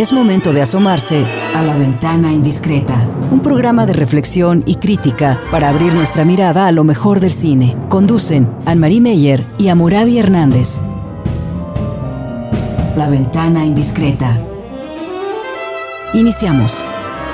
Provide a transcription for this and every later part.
Es momento de asomarse a La Ventana Indiscreta, un programa de reflexión y crítica para abrir nuestra mirada a lo mejor del cine. Conducen Anne-Marie Meyer y Amurabi Hernández. La Ventana Indiscreta. Iniciamos.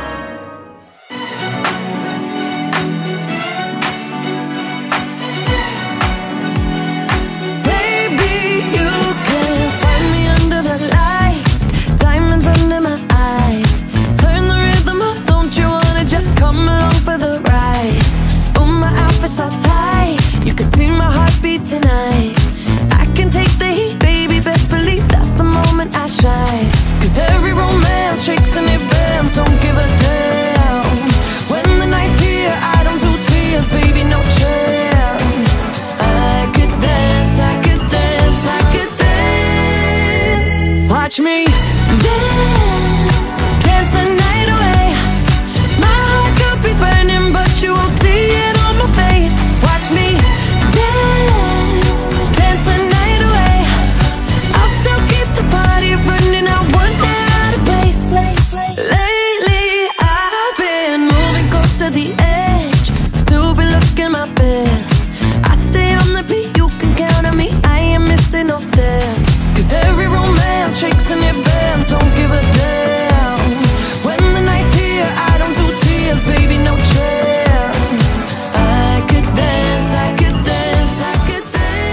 Watch me dance, dance the night away. My heart could be burning, but you won't see it on my face. Watch me dance, dance the night away. I'll still keep the party running, I won't get out of place. Lately I've been moving close to the edge, still be looking my best. I stay on the beat, you can count on me, I ain't missing no steps. Cause every romance shakes and it bends, don't give a damn. When the night's here, I don't do tears, baby, no chance. I could dance, I could dance, I could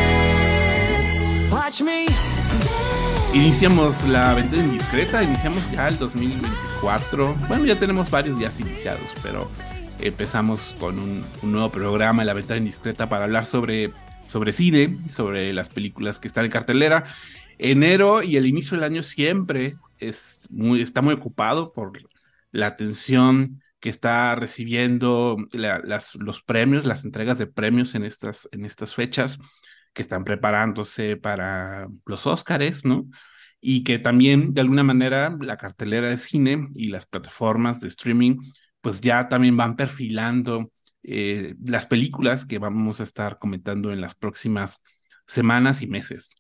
dance. Watch me dance. Iniciamos La Ventana Indiscreta, iniciamos ya el 2024. Bueno, ya tenemos varios días iniciados, pero empezamos con un nuevo programa, La Ventana Indiscreta, para hablar sobre cine, sobre las películas que están en cartelera. Enero y el inicio del año siempre está muy ocupado por la atención que está recibiendo los premios, las entregas de premios en estas fechas que están preparándose para los Óscares, ¿no? Y que también, de alguna manera, la cartelera de cine y las plataformas de streaming, pues ya también van perfilando las películas que vamos a estar comentando en las próximas semanas y meses.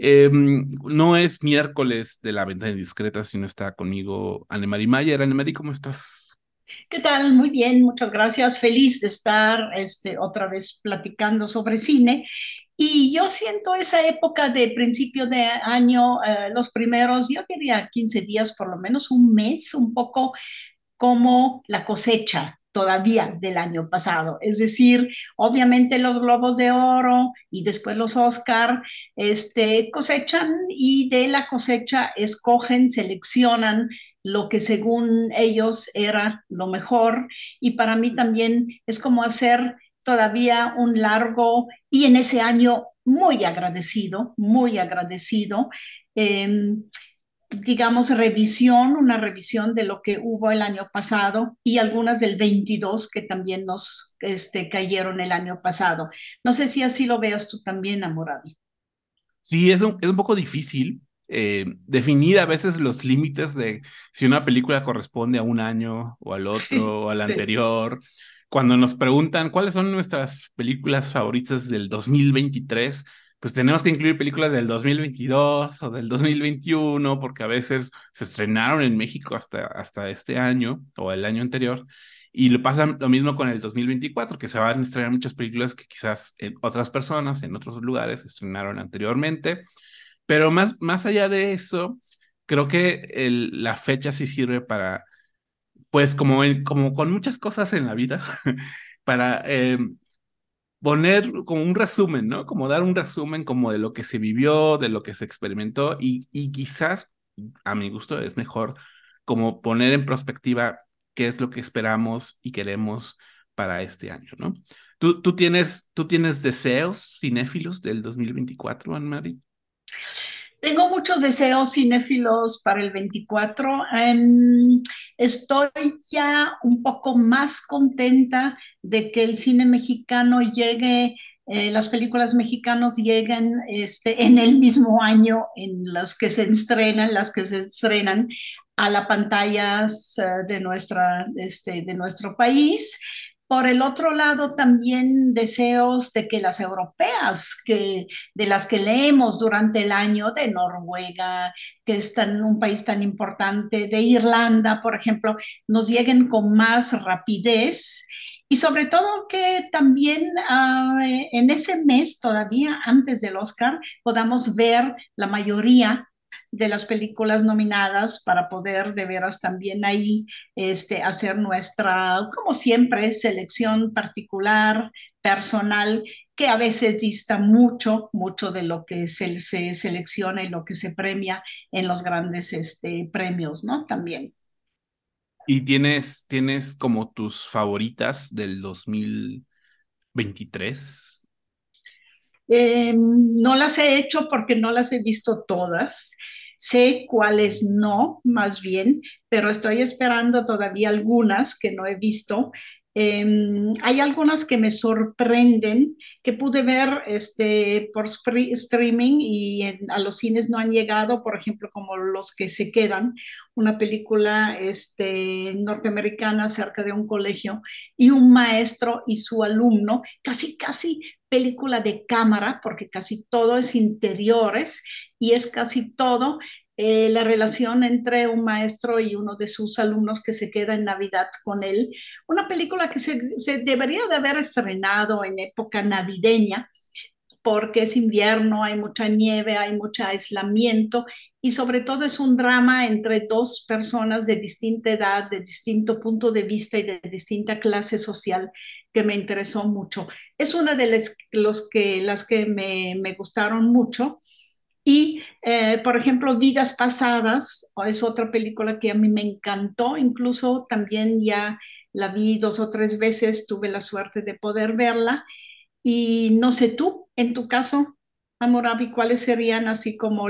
No es miércoles de La Ventana Indiscreta, sino está conmigo Anne-Marie Meyer. Anne-Marie, ¿cómo estás? ¿Qué tal? Muy bien, muchas gracias. Feliz de estar otra vez platicando sobre cine. Y yo siento esa época de principio de año, los primeros, yo diría 15 días, por lo menos un mes, un poco como la cosecha todavía del año pasado. Es decir, obviamente los Globos de Oro y después los Oscar cosechan y de la cosecha escogen, seleccionan lo que según ellos era lo mejor. Y para mí también es como hacer todavía un largo y en ese año muy agradecido. Eh, digamos, una revisión de lo que hubo el año pasado y algunas del 22 que también nos cayeron el año pasado. No sé si así lo veas tú también, Hammurabi. Sí, es un poco difícil definir a veces los límites de si una película corresponde a un año o al otro o al Sí. anterior. Cuando nos preguntan cuáles son nuestras películas favoritas del 2023, pues tenemos que incluir películas del 2022 o del 2021, porque a veces se estrenaron en México hasta este año o el año anterior. Y lo pasa lo mismo con el 2024, que se van a estrenar muchas películas que quizás otras personas en otros lugares estrenaron anteriormente. Pero más allá de eso, creo que la fecha sí sirve para, pues como con muchas cosas en la vida, para poner como un resumen, ¿no? Como dar un resumen como de lo que se vivió, de lo que se experimentó y quizás, a mi gusto, es mejor como poner en perspectiva qué es lo que esperamos y queremos para este año, ¿no? ¿Tú tienes deseos cinéfilos del 2024, Anne-Marie? Tengo muchos deseos cinéfilos para el 24. Estoy ya un poco más contenta de que el cine mexicano llegue, las películas mexicanos lleguen en el mismo año en las que se estrenan a las pantallas de nuestro país. Por el otro lado, también deseos de que las europeas, de las que leemos durante el año, de Noruega, que es un país tan importante, de Irlanda, por ejemplo, nos lleguen con más rapidez. Y sobre todo que también en ese mes, todavía antes del Oscar, podamos ver la mayoría de las películas nominadas para poder de veras también ahí hacer nuestra, como siempre, selección particular, personal, que a veces dista mucho, mucho de lo que se selecciona y lo que se premia en los grandes premios, ¿no? También. ¿Y tienes como tus favoritas del 2023? No las he hecho porque no las he visto todas. Sé cuáles no, más bien, pero estoy esperando todavía algunas que no he visto. Hay algunas que me sorprenden, que pude ver por streaming y a los cines no han llegado, por ejemplo, como Los que se quedan, una película norteamericana acerca de un colegio y un maestro y su alumno, casi, casi película de cámara, porque casi todo es interiores y es casi todo la relación entre un maestro y uno de sus alumnos que se queda en Navidad con él. Una película que se debería de haber estrenado en época navideña, porque es invierno, hay mucha nieve, hay mucho aislamiento y sobre todo es un drama entre dos personas de distinta edad, de distinto punto de vista y de distinta clase social que me interesó mucho. Es una de las que me gustaron mucho. Y, por ejemplo, Vidas Pasadas es otra película que a mí me encantó, incluso también ya la vi 2 o 3 veces, tuve la suerte de poder verla y no sé tú, en tu caso, Hammurabi, ¿cuáles serían así como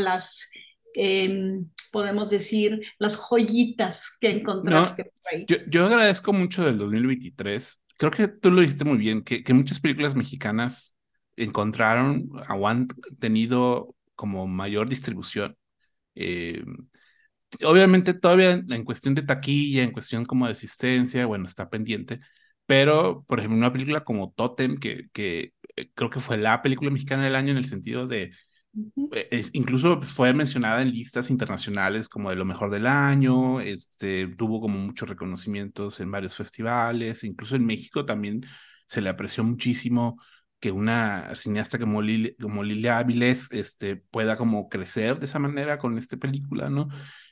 podemos decir, las joyitas que No, encontraste por ahí? yo agradezco mucho del 2023. Creo que tú lo dijiste muy bien, que muchas películas mexicanas encontraron o han tenido como mayor distribución. Eh, Obviamente todavía en cuestión de taquilla, en cuestión como de asistencia, bueno, está pendiente, pero por ejemplo una película como Totem, que creo que fue la película mexicana del año en el sentido de, Ujú. incluso fue mencionada en listas internacionales como de lo mejor del año, tuvo como muchos reconocimientos en varios festivales, incluso en México también se le apreció muchísimo que una cineasta como Lilia Avilés pueda como crecer de esa manera con esta película, ¿no?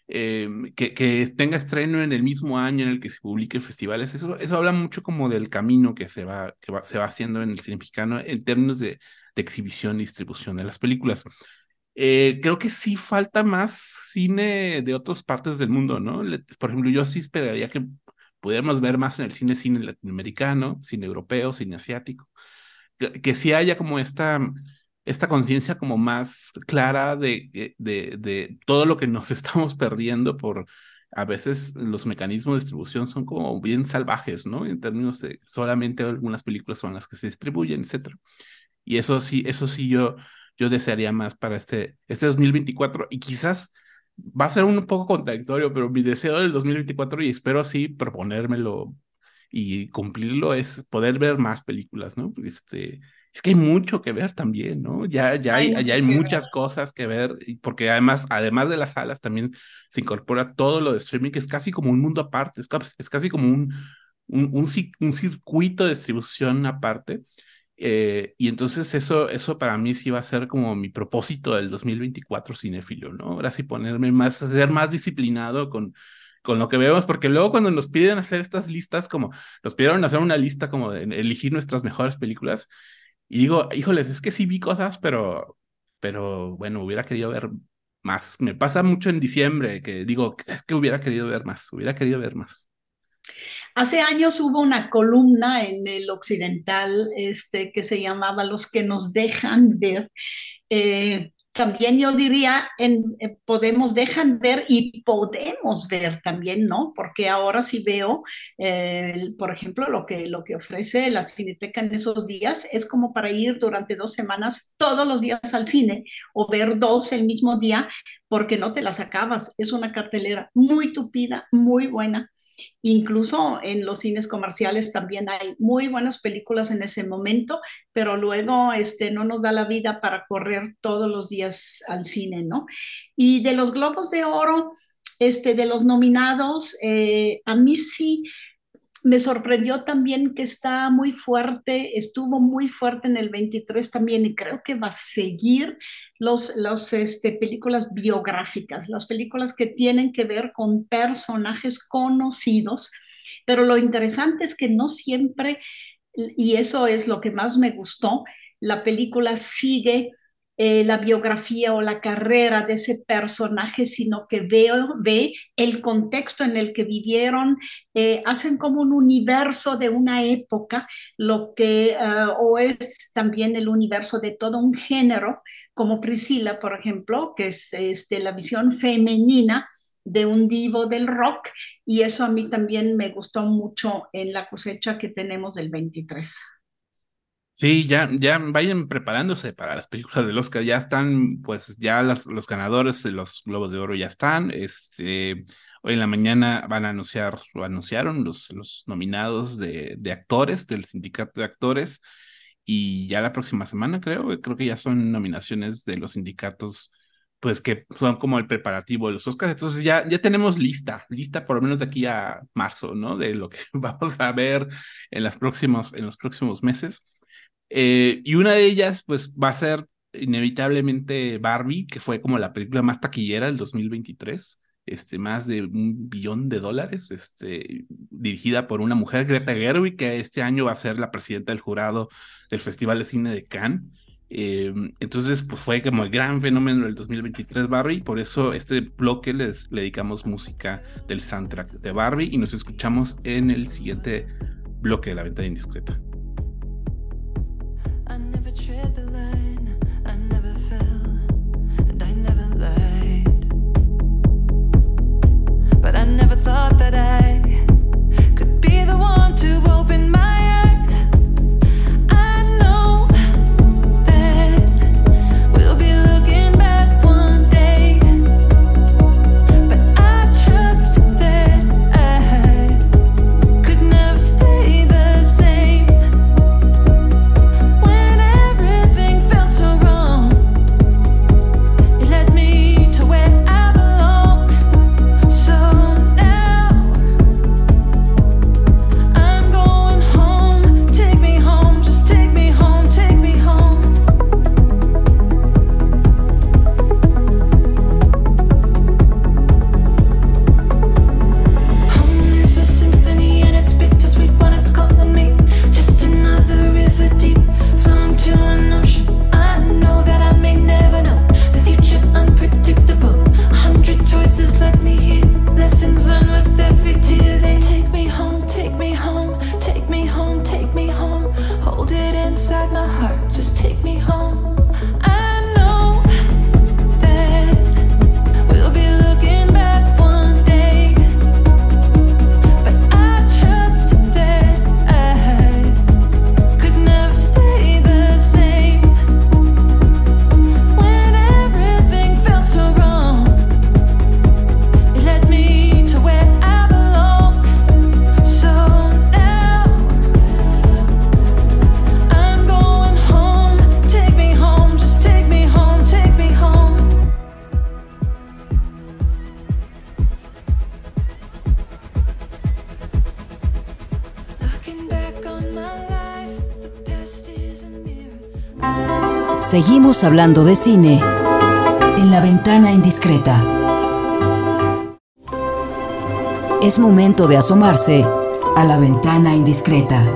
Que tenga estreno en el mismo año en el que se publique en festivales, eso habla mucho como del camino se va haciendo en el cine mexicano en términos de exhibición y distribución de las películas. Creo que sí falta más cine de otras partes del mundo, ¿no? Por ejemplo, yo sí esperaría que pudiéramos ver más en el cine latinoamericano, cine europeo, cine asiático, que sí haya como esta conciencia como más clara de todo lo que nos estamos perdiendo por a veces los mecanismos de distribución son como bien salvajes, ¿no? En términos de solamente algunas películas son las que se distribuyen, etcétera. Y eso sí yo desearía más para este 2024 y quizás va a ser un poco contradictorio, pero mi deseo del 2024 y espero así proponérmelo y cumplirlo es poder ver más películas, ¿no? Es que hay mucho que ver también, ¿no? Hay Ya mucho hay que ver. muchas cosas que ver, porque además de las salas, también se incorpora todo lo de streaming, que es casi como un mundo aparte, es casi como un circuito de distribución aparte. Y entonces eso para mí sí va a ser como mi propósito del 2024 cinéfilo, ¿no? Ahora sí ponerme más, ser más disciplinado con lo que vemos, porque luego cuando nos piden hacer estas listas, como nos pidieron hacer una lista como de elegir nuestras mejores películas, y digo, híjoles, es que sí vi cosas, pero bueno, hubiera querido ver más. Me pasa mucho en diciembre que digo, es que hubiera querido ver más, hubiera querido ver más. Hace años hubo una columna en el Occidental que se llamaba Los que nos dejan ver. También yo diría, dejan ver y podemos ver también, ¿no? Porque ahora sí veo, por ejemplo, lo que ofrece la Cineteca en esos días es como para ir durante 2 semanas todos los días al cine o ver dos el mismo día porque no te las acabas. Es una cartelera muy tupida, muy buena. Incluso en los cines comerciales también hay muy buenas películas en ese momento, pero luego no nos da la vida para correr todos los días al cine, ¿no? Y de los Globos de Oro, de los nominados, a mí sí me sorprendió también que está muy fuerte, estuvo muy fuerte en el 23 también, y creo que va a seguir películas biográficas, las películas que tienen que ver con personajes conocidos, pero lo interesante es que no siempre, y eso es lo que más me gustó, la película sigue la biografía o la carrera de ese personaje, sino que ve el contexto en el que vivieron, hacen como un universo de una época, o es también el universo de todo un género, como Priscilla, por ejemplo, que es la visión femenina de un divo del rock, y eso a mí también me gustó mucho en la cosecha que tenemos del 23. Sí, ya vayan preparándose para las películas del Oscar. Ya están, pues, ya los ganadores de los Globos de Oro ya están. Hoy en la mañana van a anunciar, o anunciaron los nominados de actores, del sindicato de actores. Y ya la próxima semana, creo que ya son nominaciones de los sindicatos, pues, que son como el preparativo de los Oscars. Entonces ya tenemos lista por lo menos de aquí a marzo, ¿no? De lo que vamos a ver en los próximos meses. Y una de ellas, pues, va a ser inevitablemente Barbie, que fue como la película más taquillera del 2023, más de $1 billón, dirigida por una mujer, Greta Gerwig, que este año va a ser la presidenta del jurado del Festival de Cine de Cannes. Entonces, pues fue como el gran fenómeno del 2023 Barbie, por eso este bloque le dedicamos música del soundtrack de Barbie, y nos escuchamos en el siguiente bloque de La Ventana Indiscreta. I never tread the line, I never fell, and I never lied. But I never thought that I could be the one to open my eyes. I know that we'll be looking back one day, but I trust that I could never stay the same. When everything felt so wrong, it led me to where I belong. So now I'm going home. Take me home, just take me home, take me home. Home is a symphony and it's bittersweet when it's calling me. Just another river deep, flowing to an ocean. I know that I may never know the future, unpredictable. 100 choices led me here, lessons learned with every tear. They take me home, take me home, take me home, take me home. Hold it inside my heart, just take me home. I know that we'll be looking back one day, but I trust that I could never stay the same. When everything felt so wrong, it led me to where I belong. So now I'm going home. Take me home, just take me home, take me home. Looking back on my life, the past is a mirror. Seguimos hablando de cine en La Ventana Indiscreta. Es momento de asomarse a La Ventana Indiscreta.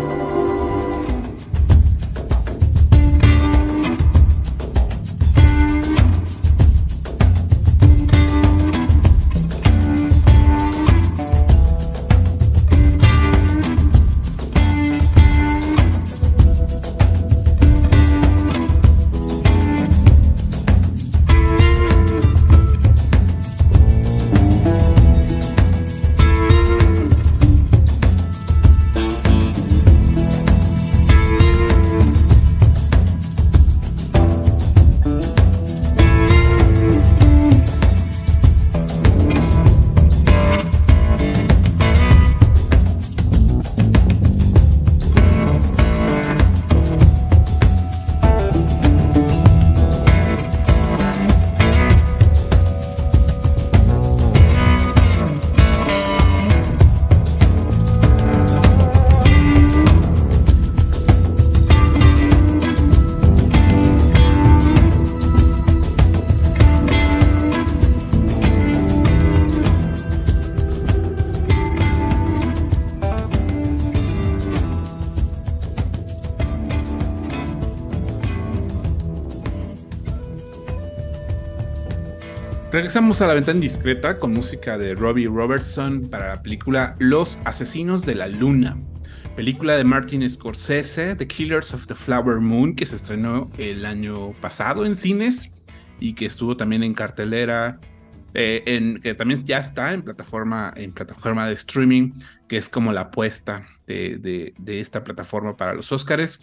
Regresamos a La Ventana Indiscreta con música de Robbie Robertson para la película Los Asesinos de la Luna, película de Martin Scorsese, The Killers of the Flower Moon, que se estrenó el año pasado en cines y que estuvo también en cartelera, que también ya está en plataforma de streaming, que es como la apuesta de esta plataforma para los Óscares.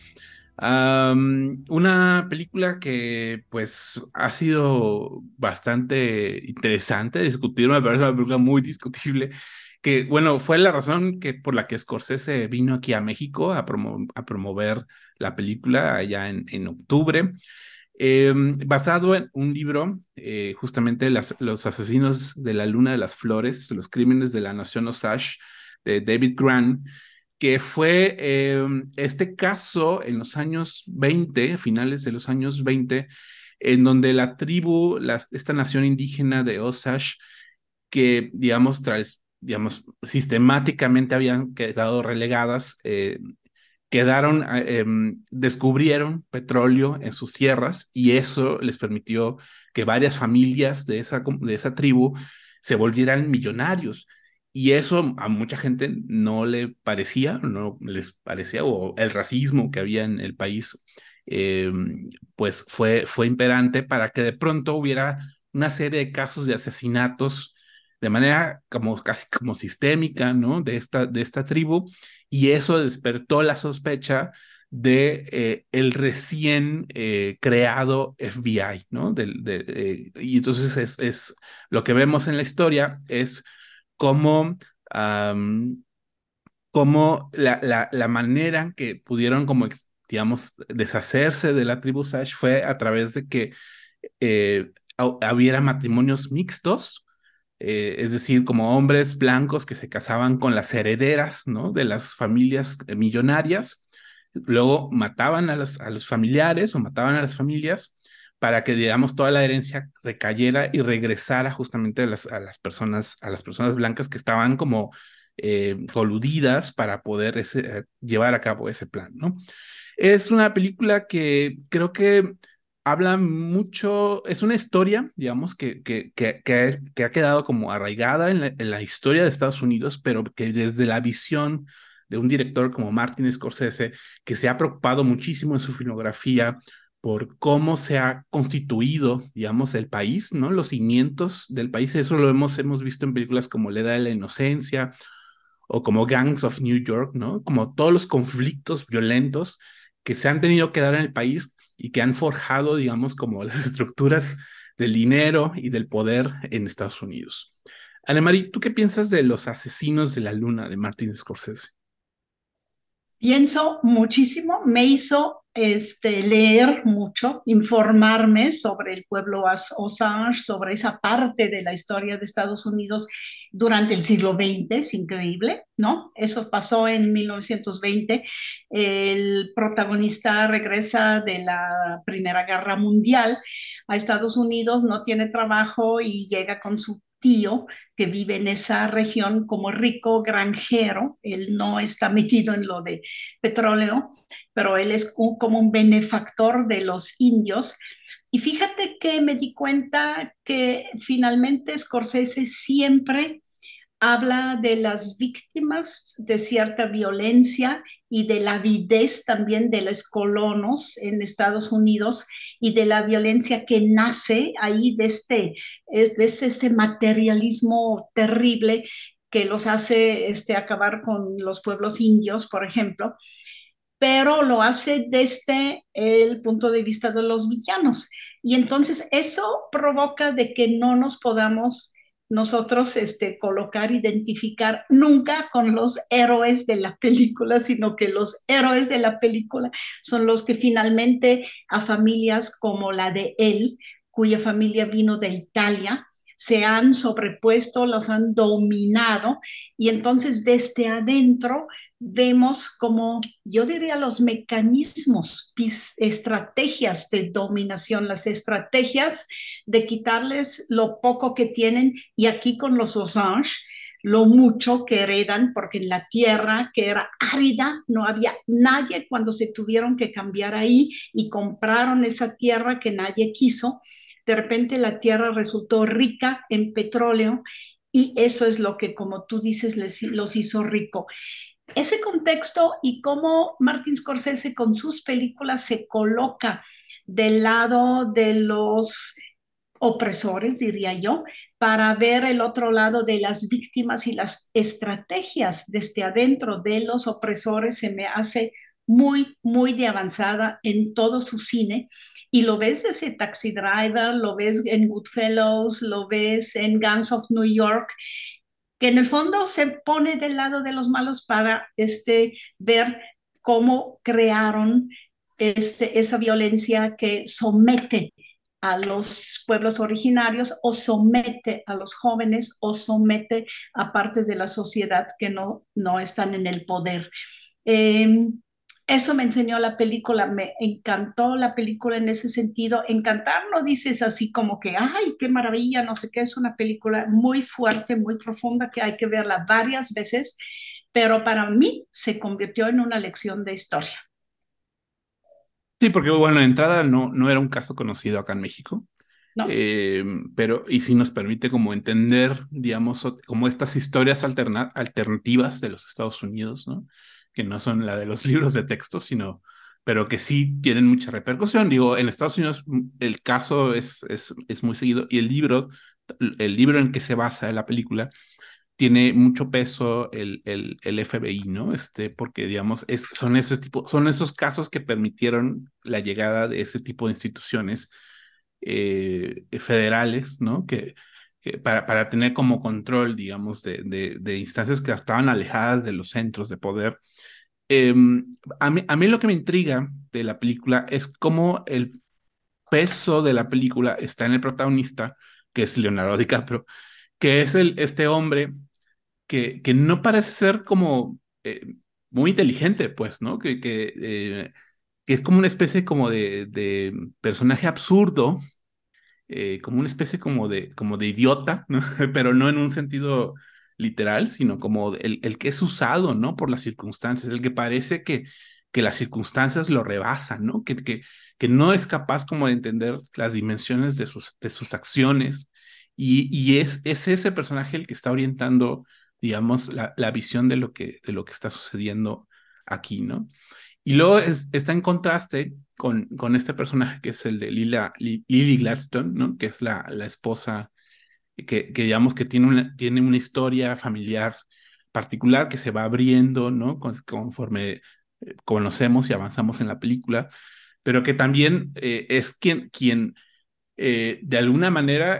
Una película que pues ha sido bastante interesante discutir, me parece una película muy discutible, que bueno, fue la razón por la que Scorsese vino aquí a México a promover la película allá en octubre, basado en un libro, justamente Los Asesinos de la Luna de las Flores, los crímenes de la nación Osage, de David Grant, que fue este caso en los años 20, finales de los años 20, en donde la tribu, esta nación indígena de Osage, que digamos, sistemáticamente habían quedado relegadas, descubrieron petróleo en sus tierras y eso les permitió que varias familias de esa tribu se volvieran millonarios. Y eso a mucha gente no no les parecía, o el racismo que había en el país, eh, pues fue imperante para que de pronto hubiera una serie de casos de asesinatos de manera casi como sistémica, ¿no? De esta tribu, y eso despertó la sospecha de el recién creado FBI, ¿no? Y entonces lo que vemos en la historia es cómo, am, cómo la manera en que pudieron como, digamos, deshacerse de la tribu Sash fue a través de que hubiera matrimonios mixtos, es decir, como hombres blancos que se casaban con las herederas, ¿no? De las familias millonarias, luego mataban a los familiares o mataban a las familias para que, digamos, toda la herencia recayera y regresara justamente a las personas blancas que estaban como coludidas para poder llevar a cabo ese plan, ¿no? Es una película que creo que habla mucho, es una historia, digamos, que ha quedado como arraigada en la historia de Estados Unidos, pero que desde la visión de un director como Martin Scorsese, que se ha preocupado muchísimo en su filmografía por cómo se ha constituido, digamos, el país, ¿no? Los cimientos del país, eso lo hemos visto en películas como La Edad de la Inocencia o como Gangs of New York, ¿no? Como todos los conflictos violentos que se han tenido que dar en el país y que han forjado, digamos, como las estructuras del dinero y del poder en Estados Unidos. Anemarie, ¿tú qué piensas de Los Asesinos de la Luna de Martin Scorsese? Pienso muchísimo, me hizo leer mucho, informarme sobre el pueblo Osage, sobre esa parte de la historia de Estados Unidos durante el siglo XX, es increíble, ¿no? Eso pasó en 1920. El protagonista regresa de la Primera Guerra Mundial a Estados Unidos, no tiene trabajo y llega con su tío que vive en esa región como rico granjero. Él no está metido en lo de petróleo, pero él es como un benefactor de los indios. Y fíjate que me di cuenta que finalmente Scorsese siempre habla de las víctimas de cierta violencia y de la avidez también de los colonos en Estados Unidos y de la violencia que nace ahí de este materialismo terrible que los hace acabar con los pueblos indios, por ejemplo, pero lo hace desde el punto de vista de los villanos. Y entonces eso provoca de que no nos podamos nosotros colocar, identificar nunca con los héroes de la película, sino que los héroes de la película son los que finalmente a familias como la de él, cuya familia vino de Italia, se han sobrepuesto, los han dominado, y entonces desde adentro vemos como, yo diría, los mecanismos, estrategias de dominación, las estrategias de quitarles lo poco que tienen, y aquí con los Osage, lo mucho que heredan, porque en la tierra que era árida no había nadie cuando se tuvieron que cambiar ahí y compraron esa tierra que nadie quiso. de repente la tierra resultó rica en petróleo y eso es lo que, como tú dices, los hizo rico. Ese contexto y cómo Martin Scorsese con sus películas se coloca del lado de los opresores, diría yo, para ver el otro lado de las víctimas y las estrategias desde adentro de los opresores, se me hace muy, muy de avanzada en todo su cine. Y lo ves desde Taxi Driver, lo ves en Goodfellas, lo ves en Gangs of New York, que en el fondo se pone del lado de los malos para ver cómo crearon esa violencia que somete a los pueblos originarios o somete a los jóvenes o somete a partes de la sociedad que no están en el poder. Eh, Eso me enseñó la película, me encantó la película en ese sentido. Encantar no dices así como que, ay, qué maravilla, no sé qué, es una película muy fuerte, muy profunda, que hay que verla varias veces, pero para mí se convirtió en una lección de historia. Sí, porque bueno, de entrada no era un caso conocido acá en México. ¿No? Pero y sí nos permite como entender, digamos, como estas historias alternativas de los Estados Unidos, ¿no? Que no son la de los libros de texto, pero que sí tienen mucha repercusión. Digo, en Estados Unidos el caso es muy seguido y el libro en que se basa la película tiene mucho peso el FBI, ¿no? Porque, digamos, son esos casos que permitieron la llegada de ese tipo de instituciones federales, ¿no? Que para tener como control, digamos, de instancias que estaban alejadas de los centros de poder. Eh, a mí lo que me intriga de la película es cómo el peso de la película está en el protagonista, que es Leonardo DiCaprio, que es este hombre que no parece ser como muy inteligente, pues, ¿no? Que es como una especie como de personaje absurdo, como una especie como de idiota, ¿no? Pero no en un sentido literal, sino como el que es usado, ¿no? Por las circunstancias, el que parece que las circunstancias lo rebasan, ¿no? Que no es capaz como de entender las dimensiones de sus acciones y es ese personaje el que está orientando, digamos, la visión de lo que está sucediendo aquí, ¿no? Y luego está en contraste con este personaje que es el de Lily Gladstone, ¿no? Que es la esposa que digamos que tiene una historia familiar particular que se va abriendo, ¿no? Conforme conocemos y avanzamos en la película, pero que también es quien de alguna manera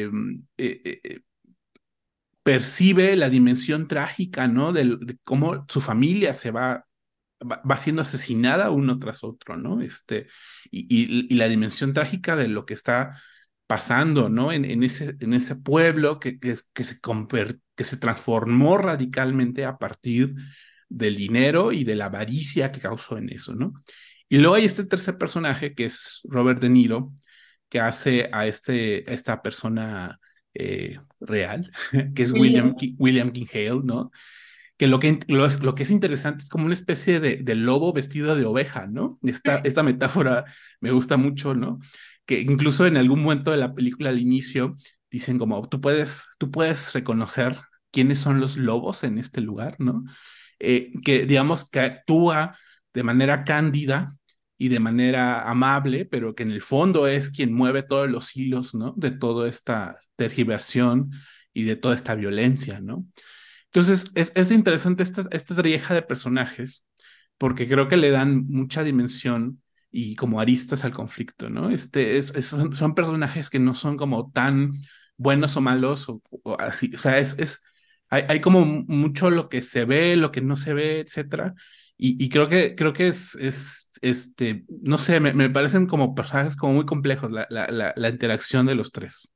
percibe la dimensión trágica, ¿no? De cómo su familia va siendo asesinada uno tras otro, ¿no? Y la dimensión trágica de lo que está pasando, ¿no? En ese pueblo que se transformó radicalmente a partir del dinero y de la avaricia que causó en eso, ¿no? Y luego hay este tercer personaje que es Robert De Niro, que hace a esta persona real, que es William. William King Hale, ¿no? Que lo que es interesante es como una especie de lobo vestido de oveja, ¿no? Esta metáfora me gusta mucho, ¿no? Que incluso en algún momento de la película al inicio dicen como, tú puedes reconocer quiénes son los lobos en este lugar, ¿no? Que digamos que actúa de manera cándida y de manera amable, pero que en el fondo es quien mueve todos los hilos, ¿no? De toda esta tergiversión y de toda esta violencia, ¿no? Entonces, es interesante esta trieja de personajes, porque creo que le dan mucha dimensión y como aristas al conflicto, ¿no? Son personajes que no son como tan buenos o malos o así, o sea, hay como mucho lo que se ve, lo que no se ve, etcétera. Y creo que no sé, me parecen como personajes como muy complejos la interacción de los tres.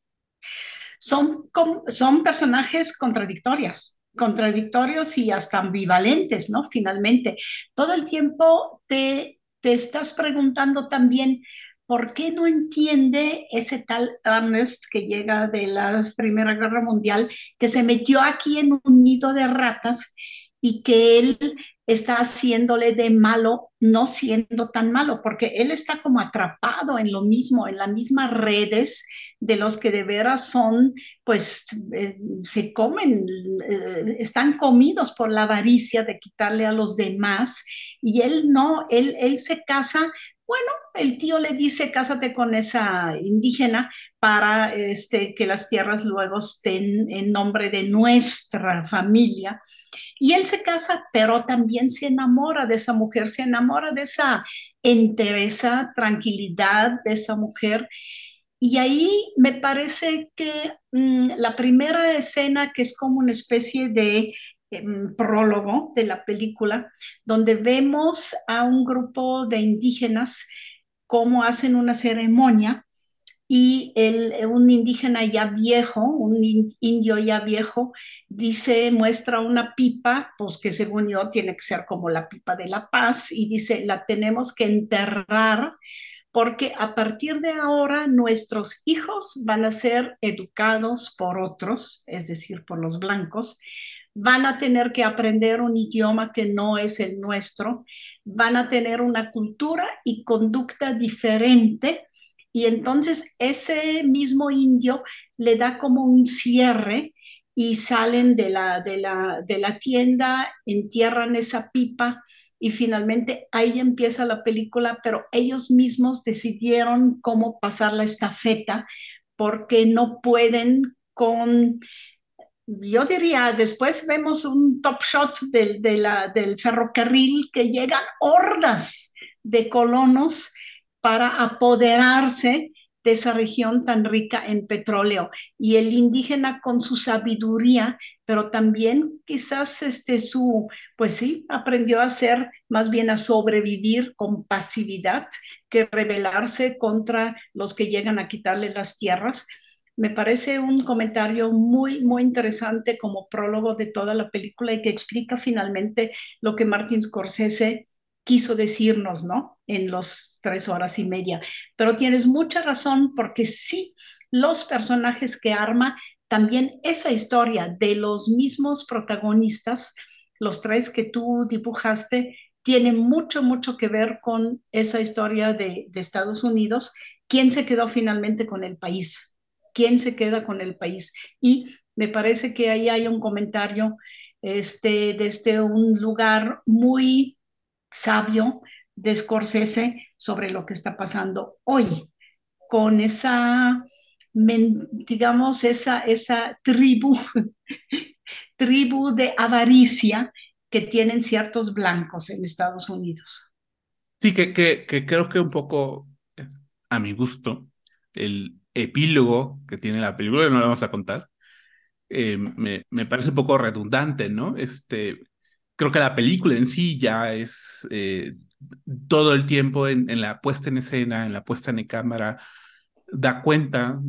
Son personajes contradictorios y hasta ambivalentes, ¿no? Finalmente, todo el tiempo te estás preguntando también por qué no entiende ese tal Ernest que llega de la Primera Guerra Mundial, que se metió aquí en un nido de ratas y que él está haciéndole de malo, no siendo tan malo, porque él está como atrapado en lo mismo, en las mismas redes de los que de veras son, pues se comen, están comidos por la avaricia de quitarle a los demás, y él no, él se casa. Bueno, el tío le dice, cásate con esa indígena para que las tierras luego estén en nombre de nuestra familia. Y él se casa, pero también se enamora de esa mujer, se enamora de esa entereza, tranquilidad de esa mujer. Y ahí me parece que la primera escena, que es como una especie de prólogo de la película, donde vemos a un grupo de indígenas cómo hacen una ceremonia y un indígena ya viejo, un indio ya viejo, dice, muestra una pipa, pues que según yo tiene que ser como la pipa de la paz, y dice, la tenemos que enterrar porque a partir de ahora nuestros hijos van a ser educados por otros, es decir, por los blancos, van a tener que aprender un idioma que no es el nuestro, van a tener una cultura y conducta diferente, y entonces ese mismo indio le da como un cierre y salen de la tienda, entierran esa pipa y finalmente ahí empieza la película, pero ellos mismos decidieron cómo pasar la estafeta porque no pueden con, yo diría, después vemos un top shot del ferrocarril que llegan hordas de colonos para apoderarse de esa región tan rica en petróleo. Y el indígena con su sabiduría, pero también quizás pues sí, aprendió a hacer, más bien a sobrevivir con pasividad, que rebelarse contra los que llegan a quitarle las tierras. Me parece un comentario muy, muy interesante como prólogo de toda la película y que explica finalmente lo que Martin Scorsese quiso decirnos, ¿no? En los 3 horas y media. Pero tienes mucha razón porque sí, los personajes que arma, también esa historia de los mismos protagonistas, los tres que tú dibujaste, tiene mucho, mucho que ver con esa historia de Estados Unidos. ¿Quién se quedó finalmente con el país? ¿Quién se queda con el país? Y me parece que ahí hay un comentario desde un lugar muy sabio de Scorsese sobre lo que está pasando hoy con esa, digamos, esa tribu de avaricia que tienen ciertos blancos en Estados Unidos. Sí, que creo que un poco, a mi gusto, el epílogo que tiene la película, no la vamos a contar, me parece un poco redundante, ¿no? Creo que la película en sí ya es todo el tiempo en la puesta en escena, en la puesta en cámara, da cuenta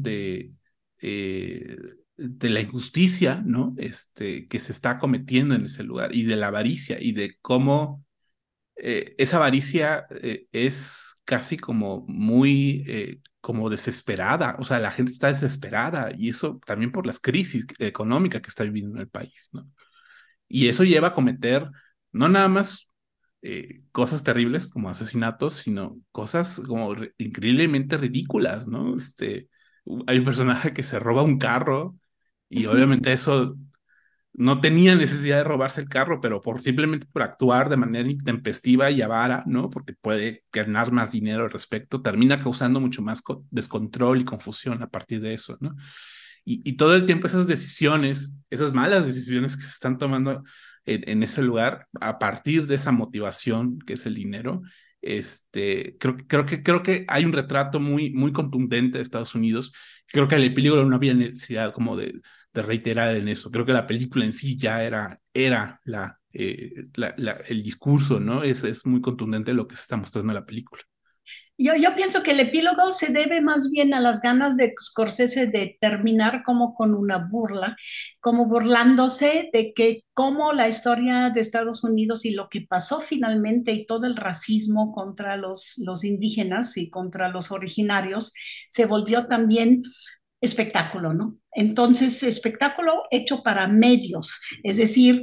de la injusticia, ¿no? Que se está cometiendo en ese lugar y de la avaricia y de cómo esa avaricia es casi como muy como desesperada, o sea, la gente está desesperada y eso también por las crisis económicas que está viviendo en el país, ¿no? Y eso lleva a cometer no nada más cosas terribles como asesinatos, sino cosas como increíblemente ridículas, ¿no? Hay un personaje que se roba un carro y obviamente eso no tenía necesidad de robarse el carro, pero simplemente por actuar de manera intempestiva y avara, ¿no? Porque puede ganar más dinero al respecto, termina causando mucho más descontrol y confusión a partir de eso, ¿no? Y todo el tiempo esas decisiones, esas malas decisiones que se están tomando en ese lugar, a partir de esa motivación que es el dinero, creo que hay un retrato muy, muy contundente de Estados Unidos. Creo que el epílogo no había necesidad como de reiterar en eso. Creo que la película en sí ya era el discurso, ¿no? Es muy contundente lo que se está mostrando en la película. Yo pienso que el epílogo se debe más bien a las ganas de Scorsese de terminar como con una burla, como burlándose de que como la historia de Estados Unidos y lo que pasó finalmente y todo el racismo contra los indígenas y contra los originarios se volvió también espectáculo, ¿no? Entonces, espectáculo hecho para medios, es decir,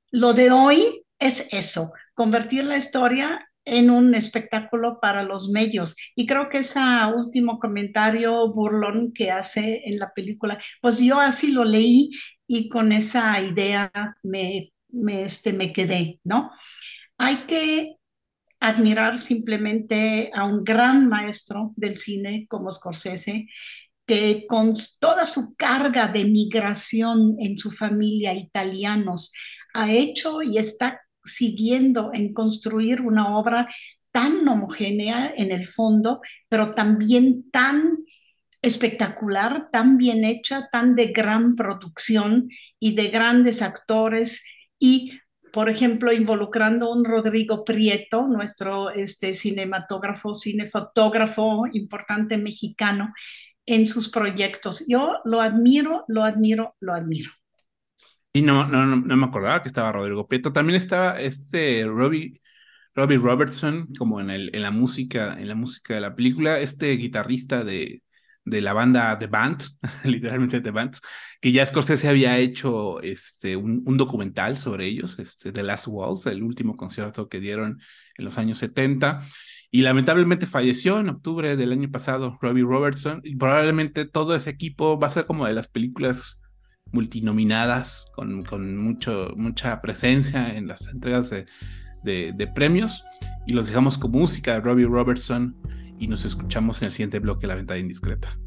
lo de hoy es eso, convertir la historia en un espectáculo para los medios. Y creo que ese último comentario burlón que hace en la película, pues yo así lo leí y con esa idea me quedé, ¿no? Hay que admirar simplemente a un gran maestro del cine como Scorsese, que con toda su carga de migración en su familia, italianos, ha hecho y está siguiendo en construir una obra tan homogénea en el fondo, pero también tan espectacular, tan bien hecha, tan de gran producción y de grandes actores y por ejemplo, involucrando a un Rodrigo Prieto, nuestro cinematógrafo, cinefotógrafo importante mexicano, en sus proyectos. Yo lo admiro, lo admiro, lo admiro. Y no me acordaba que estaba Rodrigo Prieto. También estaba Robbie Robertson, como en la música de la película, este guitarrista de la banda The Band, literalmente The Band, que ya Scorsese había hecho un documental sobre ellos, The Last Waltz, el último concierto que dieron en los años 70. Y lamentablemente falleció en octubre del año pasado Robbie Robertson, y probablemente todo ese equipo va a ser como de las películas multinominadas, con mucha presencia en las entregas de premios. Y los dejamos con música de Robbie Robertson y nos escuchamos en el siguiente bloque, La Ventana Indiscreta.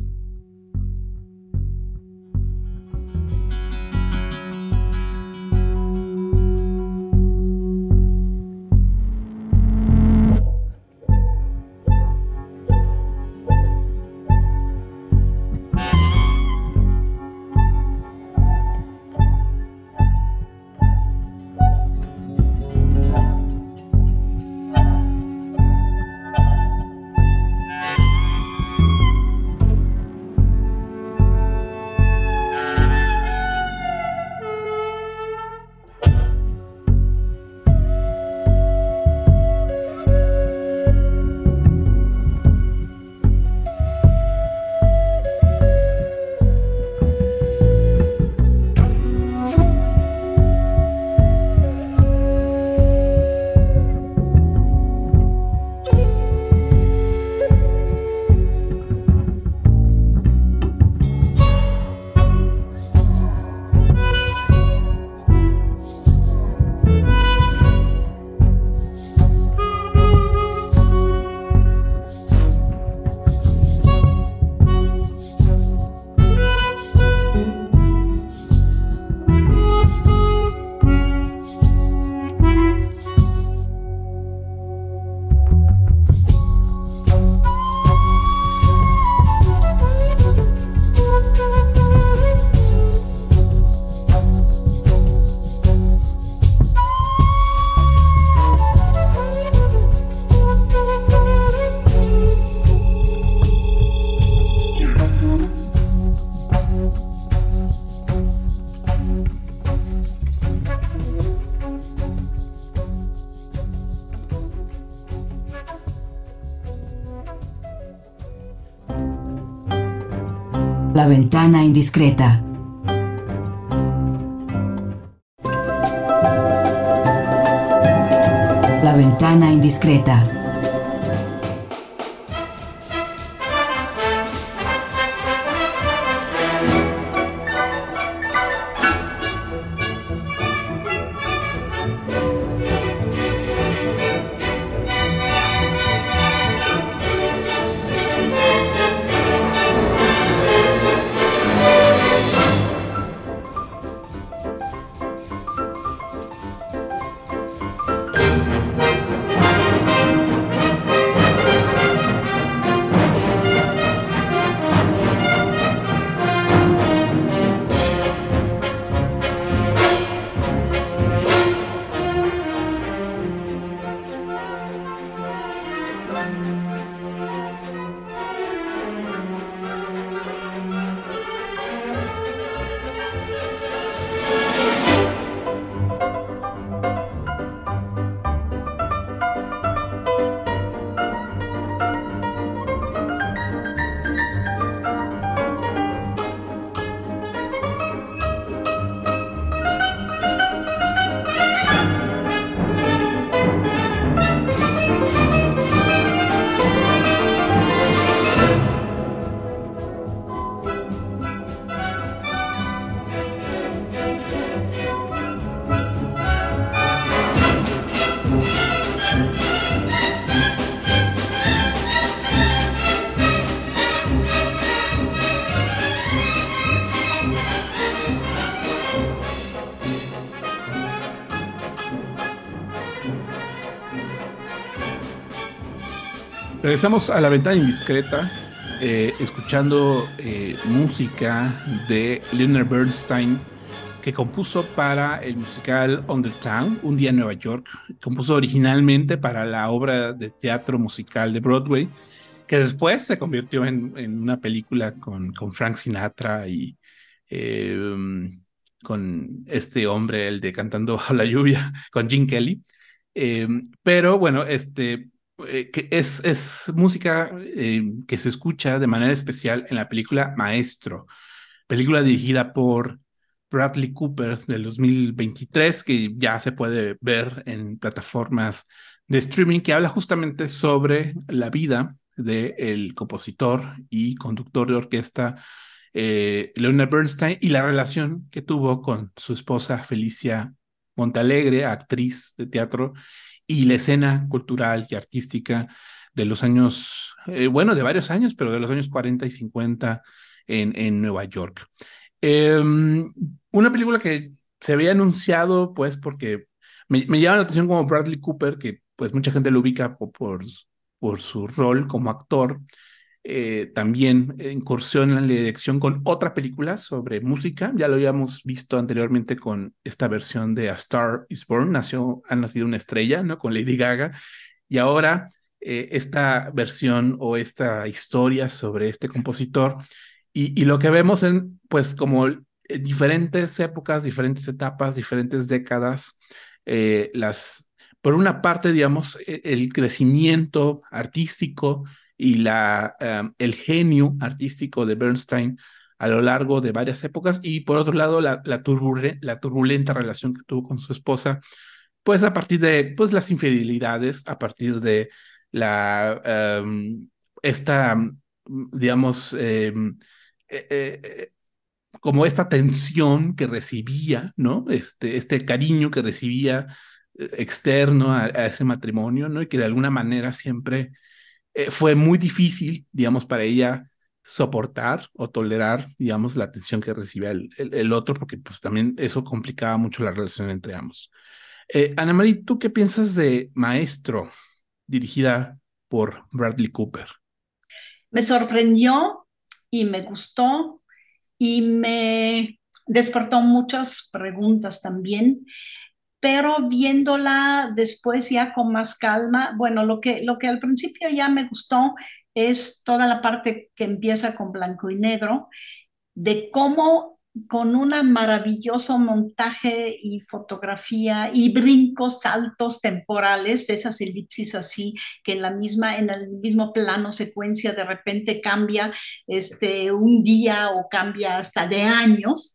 La Ventana Indiscreta. La Ventana Indiscreta. Regresamos a La Ventana Indiscreta, escuchando música de Leonard Bernstein, que compuso para el musical On the Town, Un día en Nueva York. Compuso originalmente para la obra de teatro musical de Broadway, que después se convirtió en una película con Frank Sinatra y eh, con este hombre, el de Cantando Bajo la Lluvia, con Gene Kelly. Pero bueno, que es música que se escucha de manera especial en la película Maestro, película dirigida por Bradley Cooper del 2023, que ya se puede ver en plataformas de streaming, que habla justamente sobre la vida del compositor y conductor de orquesta Leonard Bernstein y la relación que tuvo con su esposa Felicia Montalegre, actriz de teatro, y la escena cultural y artística de los años, bueno, de varios años, pero de los años 40 y 50 en Nueva York. Una película que se había anunciado, pues, porque me llama la atención como Bradley Cooper, que pues mucha gente lo ubica por su rol como actor. También incursiona en la dirección con otra película sobre música. Ya lo habíamos visto anteriormente con esta versión de A Star is Born, ha nacido una estrella, ¿no? Con Lady Gaga. Y ahora esta versión o esta historia sobre este compositor. Y lo que vemos en, pues, como diferentes épocas, diferentes etapas, diferentes décadas, por una parte, digamos, el crecimiento artístico y el genio artístico de Bernstein a lo largo de varias épocas, y por otro lado, la turbulenta relación que tuvo con su esposa, pues a partir de pues, las infidelidades, a partir de la, esta, digamos, como esta tensión que recibía, ¿no? Este cariño que recibía externo a ese matrimonio, ¿no? Y que de alguna manera siempre fue muy difícil, digamos, para ella soportar o tolerar, digamos, la atención que recibía el otro, porque pues también eso complicaba mucho la relación entre ambos. Ana María, ¿tú qué piensas de Maestro, dirigida por Bradley Cooper? Me sorprendió y me gustó y me despertó muchas preguntas también, pero viéndola después ya con más calma, bueno, lo que al principio ya me gustó es toda la parte que empieza con blanco y negro, de cómo con un maravilloso montaje y fotografía y brincos, saltos temporales, de esas elipsis así, que en el mismo plano secuencia de repente cambia un día o cambia hasta de años,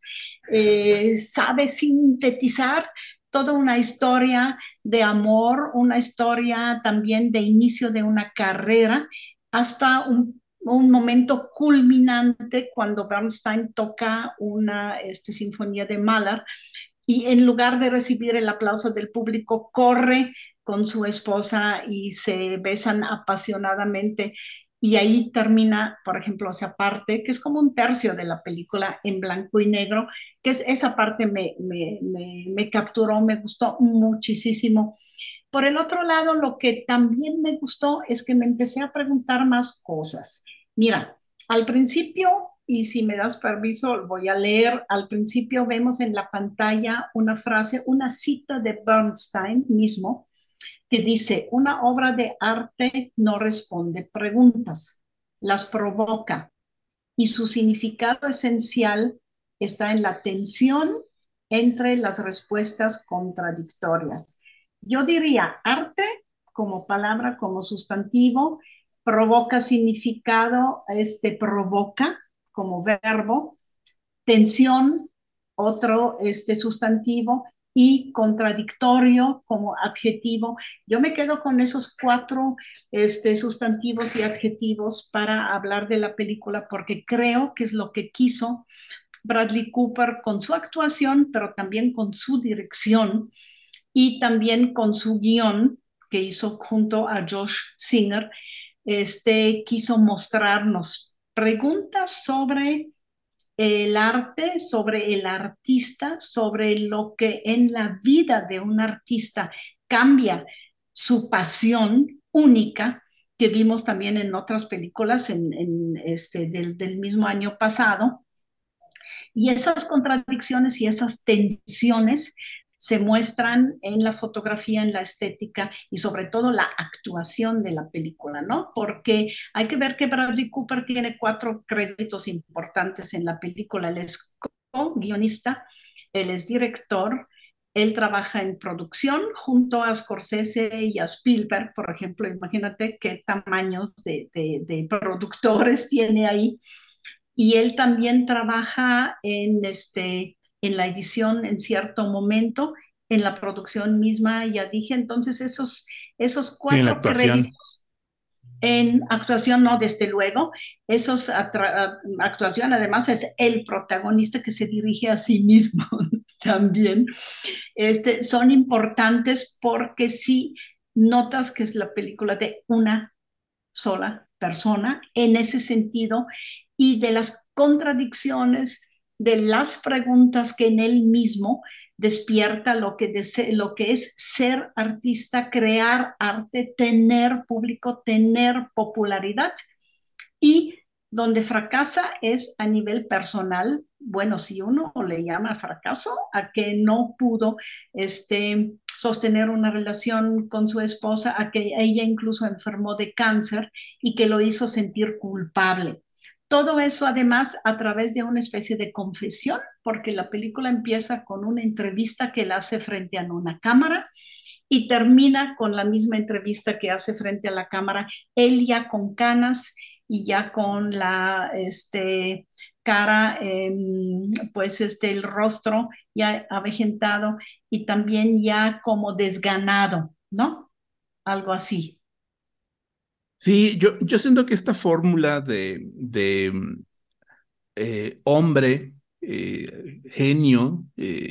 sabe sintetizar toda una historia de amor, una historia también de inicio de una carrera, hasta un momento culminante cuando Bernstein toca una sinfonía de Mahler y en lugar de recibir el aplauso del público, corre con su esposa y se besan apasionadamente. Y ahí termina, por ejemplo, esa parte, que es como un tercio de la película en blanco y negro, que es esa parte me capturó, me gustó muchísimo. Por el otro lado, lo que también me gustó es que me empecé a preguntar más cosas. Mira, al principio, y si me das permiso, voy a leer, al principio vemos en la pantalla una frase, una cita de Bernstein mismo, que dice, una obra de arte no responde preguntas, las provoca, y su significado esencial está en la tensión entre las respuestas contradictorias. Yo diría arte como palabra, como sustantivo, provoca significado, provoca como verbo, tensión, otro sustantivo, y contradictorio como adjetivo. Yo me quedo con esos cuatro sustantivos y adjetivos para hablar de la película porque creo que es lo que quiso Bradley Cooper con su actuación, pero también con su dirección y también con su guión que hizo junto a Josh Singer. Quiso mostrarnos preguntas sobre el arte, sobre el artista, sobre lo que en la vida de un artista cambia su pasión única, que vimos también en otras películas del mismo año pasado. Y esas contradicciones y esas tensiones se muestran en la fotografía, en la estética y sobre todo la actuación de la película, ¿no? Porque hay que ver que Bradley Cooper tiene 4 créditos importantes en la película. Él es co-guionista, él es director, él trabaja en producción junto a Scorsese y a Spielberg, por ejemplo. Imagínate qué tamaños de productores tiene ahí. Y él también trabaja en la edición en cierto momento, en la producción misma, ya dije. Entonces esos Y en la 4 actuación. créditos en actuación, no, desde luego, actuación además es el protagonista que se dirige a sí mismo también. Son importantes porque sí notas que es la película de una sola persona en ese sentido, y de las contradicciones, de las preguntas que en él mismo despierta lo que es ser artista, crear arte, tener público, tener popularidad, y donde fracasa es a nivel personal. Bueno, si uno le llama fracaso a que no pudo sostener una relación con su esposa, a que ella incluso enfermó de cáncer y que lo hizo sentir culpable. Todo eso además a través de una especie de confesión, porque la película empieza con una entrevista que él hace frente a una cámara y termina con la misma entrevista que hace frente a la cámara, él ya con canas y ya con la cara, pues el rostro ya avejentado y también ya como desganado, ¿no? Algo así. Sí, yo siento que esta fórmula hombre, genio,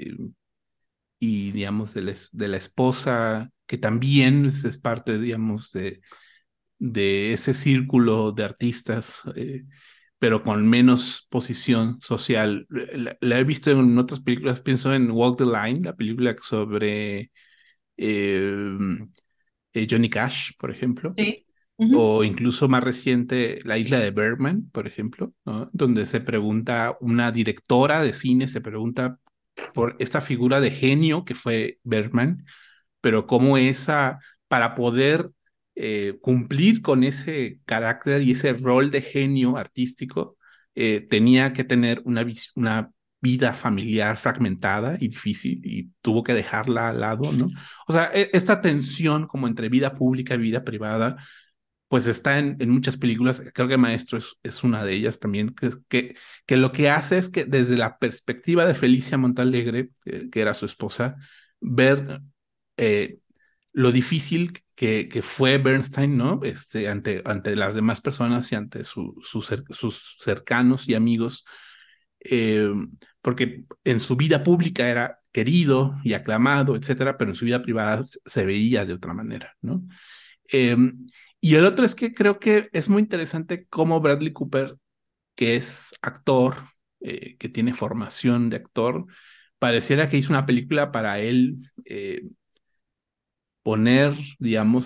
y digamos de la esposa, que también es parte, digamos, de ese círculo de artistas, pero con menos posición social. La he visto en otras películas, pienso en Walk the Line, la película sobre eh, Johnny Cash, por ejemplo, Sí. Uh-huh. o incluso más reciente, La isla de Bergman, por ejemplo, ¿no? Donde se pregunta, una directora de cine se pregunta por esta figura de genio que fue Bergman, pero cómo para poder cumplir con ese carácter y ese rol de genio artístico, tenía que tener una vida familiar fragmentada y difícil, y tuvo que dejarla al lado, ¿no? O sea, esta tensión como entre vida pública y vida privada, pues está en muchas películas. Creo que Maestro es una de ellas también, que lo que hace es que desde la perspectiva de Felicia Montalegre, que era su esposa, ver eh, lo difícil que fue Bernstein, ¿no? Ante las demás personas y ante sus cercanos y amigos, eh, porque en su vida pública era querido y aclamado, etcétera, pero en su vida privada se veía de otra manera, ¿no? Eh, y el otro es que creo que es muy interesante cómo Bradley Cooper, que es actor, que tiene formación de actor, pareciera que hizo una película para él, poner, digamos,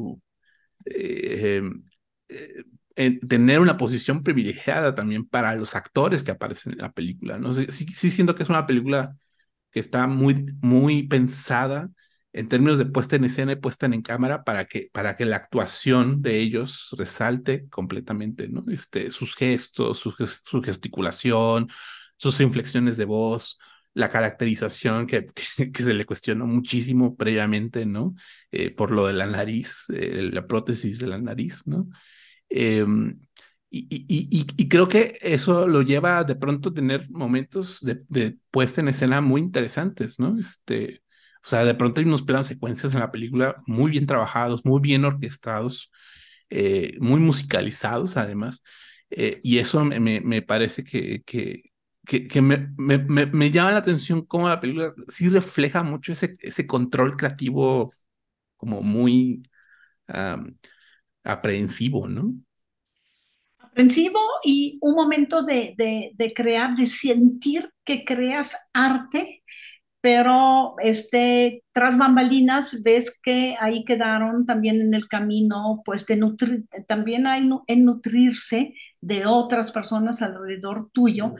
eh, eh, en tener una posición privilegiada también para los actores que aparecen en la película, ¿no? Sí, sí siento que es una película que está muy pensada en términos de puesta en escena y puesta en cámara para que la actuación de ellos resalte completamente, ¿no? Sus gestos, su gesticulación, sus inflexiones de voz, la caracterización que se le cuestionó muchísimo previamente, ¿no? Por lo de la nariz, la prótesis de la nariz, ¿no? Eh, y creo que eso lo lleva a de pronto a tener momentos de puesta en escena muy interesantes, ¿no? O sea, de pronto hay unos planos secuencias en la película muy bien trabajados, muy bien orquestados, muy musicalizados además, y eso me parece que me llama la atención cómo la película sí refleja mucho ese control creativo como muy um, aprehensivo, ¿no? Aprensivo y un momento de crear, de sentir que creas arte pero tras bambalinas ves que ahí quedaron también en el camino, pues también hay en nutrirse de otras personas alrededor tuyo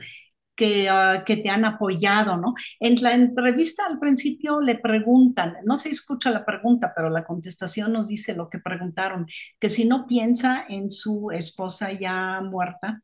que te han apoyado, ¿no? En la entrevista al principio le preguntan, no se escucha la pregunta, pero la contestación nos dice lo que preguntaron, que si no piensa en su esposa ya muerta,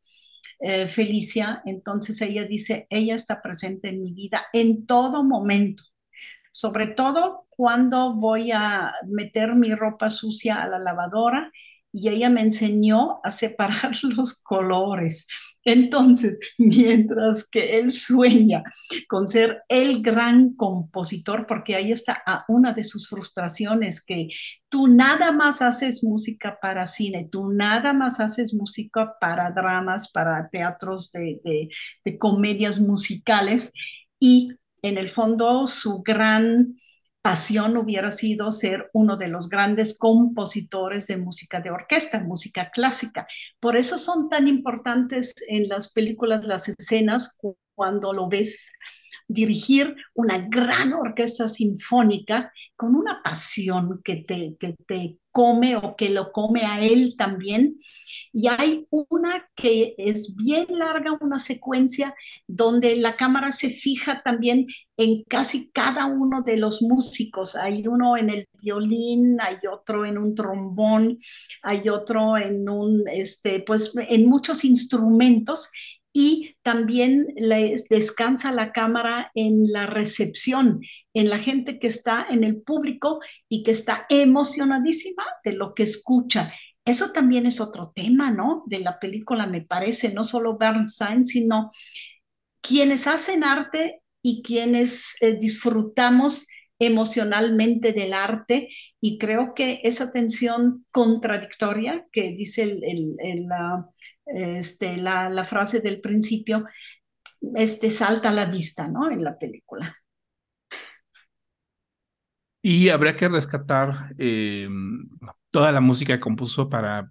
Felicia, entonces ella dice, ella está presente en mi vida en todo momento, sobre todo cuando voy a meter mi ropa sucia a la lavadora y ella me enseñó a separar los colores. Entonces, mientras que él sueña con ser el gran compositor, porque ahí está una de sus frustraciones, que tú nada más haces música para cine, tú nada más haces música para dramas, para teatros de comedias musicales, y en el fondo su gran pasión hubiera sido ser uno de los grandes compositores de música de orquesta, música clásica. Por eso son tan importantes en las películas las escenas cuando lo ves dirigir una gran orquesta sinfónica con una pasión que te come o que lo come a él también. Y hay una que es bien larga, una secuencia donde la cámara se fija también en casi cada uno de los músicos. Hay uno en el violín, hay otro en un trombón, hay otro en pues en muchos instrumentos, y también descansa la cámara en la recepción, en la gente que está en el público y que está emocionadísima de lo que escucha. Eso también es otro tema, ¿no? De la película, me parece, no solo Bernstein, sino quienes hacen arte y quienes disfrutamos emocionalmente del arte, y creo que esa tensión contradictoria que dice la frase del principio, salta a la vista, ¿no? En la película. Y habría que rescatar toda la música que compuso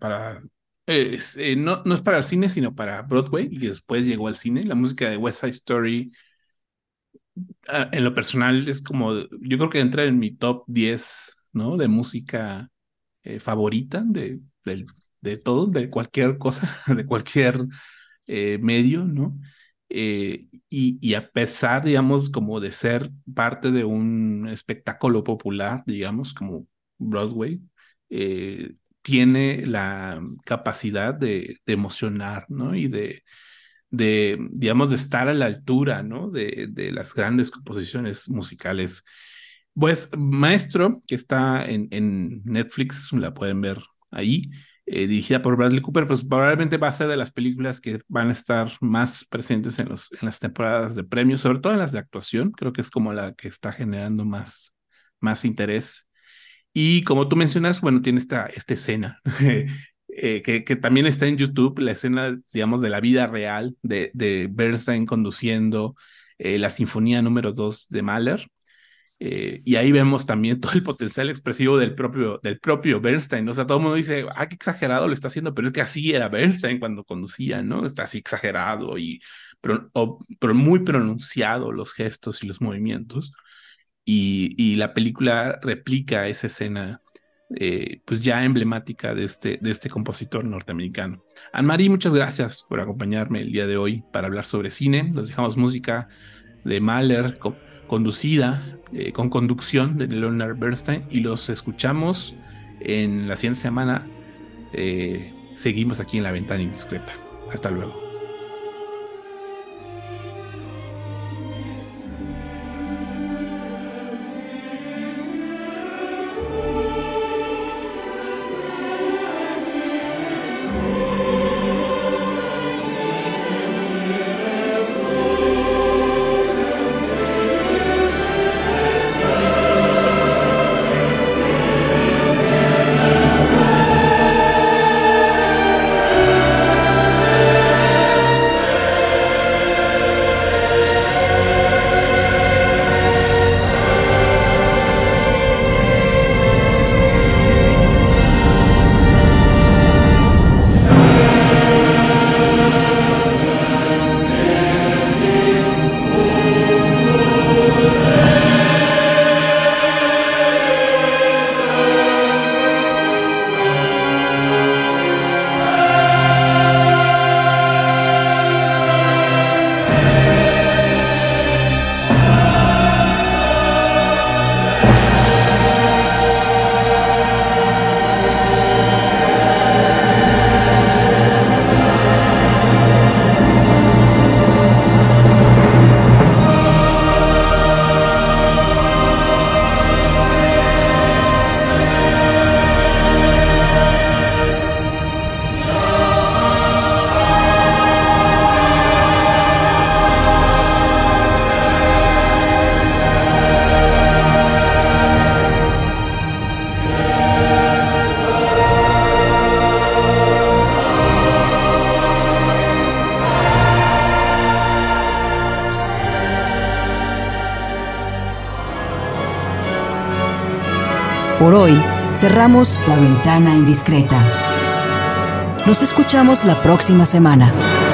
no es para el cine, sino para Broadway, y después llegó al cine. La música de West Side Story, en lo personal, es como, yo creo que entra en mi top 10, ¿no? De música favorita de todo, de cualquier cosa, de cualquier medio, ¿no? Y a pesar, digamos, como de ser parte de un espectáculo popular, digamos, como Broadway, tiene la capacidad de emocionar, ¿no? Y digamos, de estar a la altura, ¿no? De las grandes composiciones musicales. Pues Maestro, que está en Netflix, la pueden ver ahí, dirigida por Bradley Cooper, pues probablemente va a ser de las películas que van a estar más presentes en las temporadas de premios, sobre todo en las de actuación. Creo que es como la que está generando más interés. Y como tú mencionas, bueno, tiene esta escena que también está en YouTube, la escena, digamos, de la vida real de Bernstein conduciendo la Sinfonía número 2 de Mahler. Y ahí vemos también todo el potencial expresivo del propio Bernstein, ¿no? O sea, todo el mundo dice, qué exagerado lo está haciendo, pero es que así era Bernstein cuando conducía, ¿no? Está así exagerado pero muy pronunciado los gestos y los movimientos. Y la película replica esa escena, pues ya emblemática de este compositor norteamericano. Anne-Marie, muchas gracias por acompañarme el día de hoy para hablar sobre cine. Nos dejamos música de Mahler, conducida, con conducción de Leonard Bernstein, y los escuchamos en la siguiente semana. Seguimos aquí en La Ventana Indiscreta. Hasta luego. Por hoy, cerramos La Ventana Indiscreta. Nos escuchamos la próxima semana.